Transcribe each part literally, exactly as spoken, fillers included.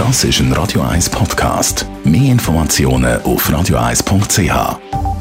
Das ist ein Radio eins Podcast. Mehr Informationen auf radio eins punkt c h.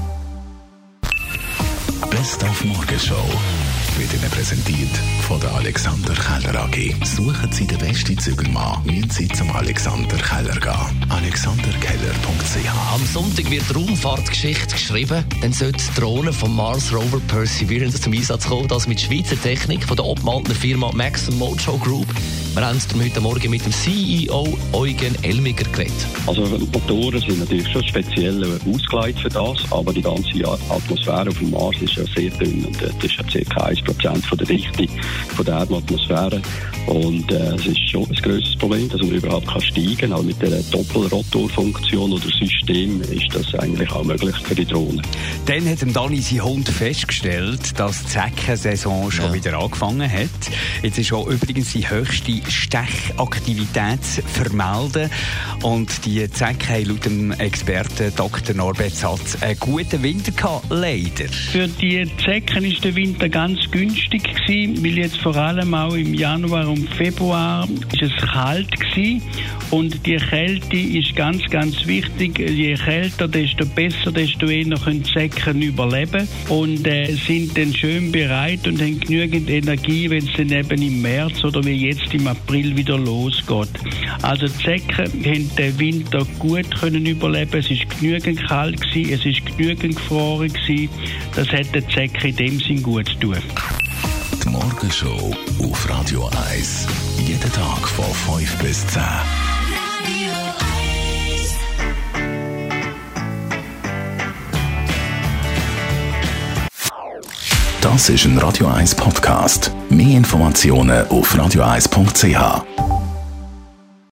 Best auf Morgenshow wird Ihnen präsentiert von der Alexander Keller A G. Suchen Sie den besten Zügelmann, müssen Sie zum Alexander Keller gehen. alexander keller punkt c h. Am Sonntag wird Raumfahrtgeschichte geschrieben. Dann sollte die Drohne vom Mars Rover Perseverance zum Einsatz kommen. Das mit Schweizer Technik von der Obmaltner Firma Maxim Mojo Group. Wir haben es heute Morgen mit dem C E O Eugen Elmiger geredet. Also Motoren sind natürlich schon speziell ausgelegt für das, aber die ganze Atmosphäre auf dem Mars ist ja sehr dünn und das ist ja ca. ein Prozent von der Dichte von der Erdatmosphäre. Und äh, es ist schon ein grosses Problem, dass man überhaupt kann steigen kann. Auch mit der Doppelrotorfunktion oder System ist das eigentlich auch möglich für die Drohne. Dann hat Dani sein Hund festgestellt, dass die Zeckensaison schon ja. wieder angefangen hat. Jetzt ist auch übrigens die höchste Stechaktivität zu vermelden. Und die Zecken haben laut dem Experten Doktor Norbert Satz einen guten Winter gehabt, leider. Für die Zecken war der Winter ganz günstig gewesen, weil jetzt vor allem auch im Januar und Februar ist es kalt gewesen. Und die Kälte ist ganz, ganz wichtig. Je kälter, desto besser, desto eher können die Zecken überleben und äh, sind dann schön bereit und haben genügend Energie, wenn es dann eben im März oder wie jetzt im April wieder losgeht. Also die Zecken haben den Winter gut können überleben. Es ist genügend kalt gewesen, es ist genügend gefroren gewesen. Das hat den Zecken in dem Sinn gut zu tun. Die Morgenshow auf Radio eins. Jeden Tag von fünf bis zehn. Das ist ein Radio eins Podcast. Mehr Informationen auf radio eins punkt c h.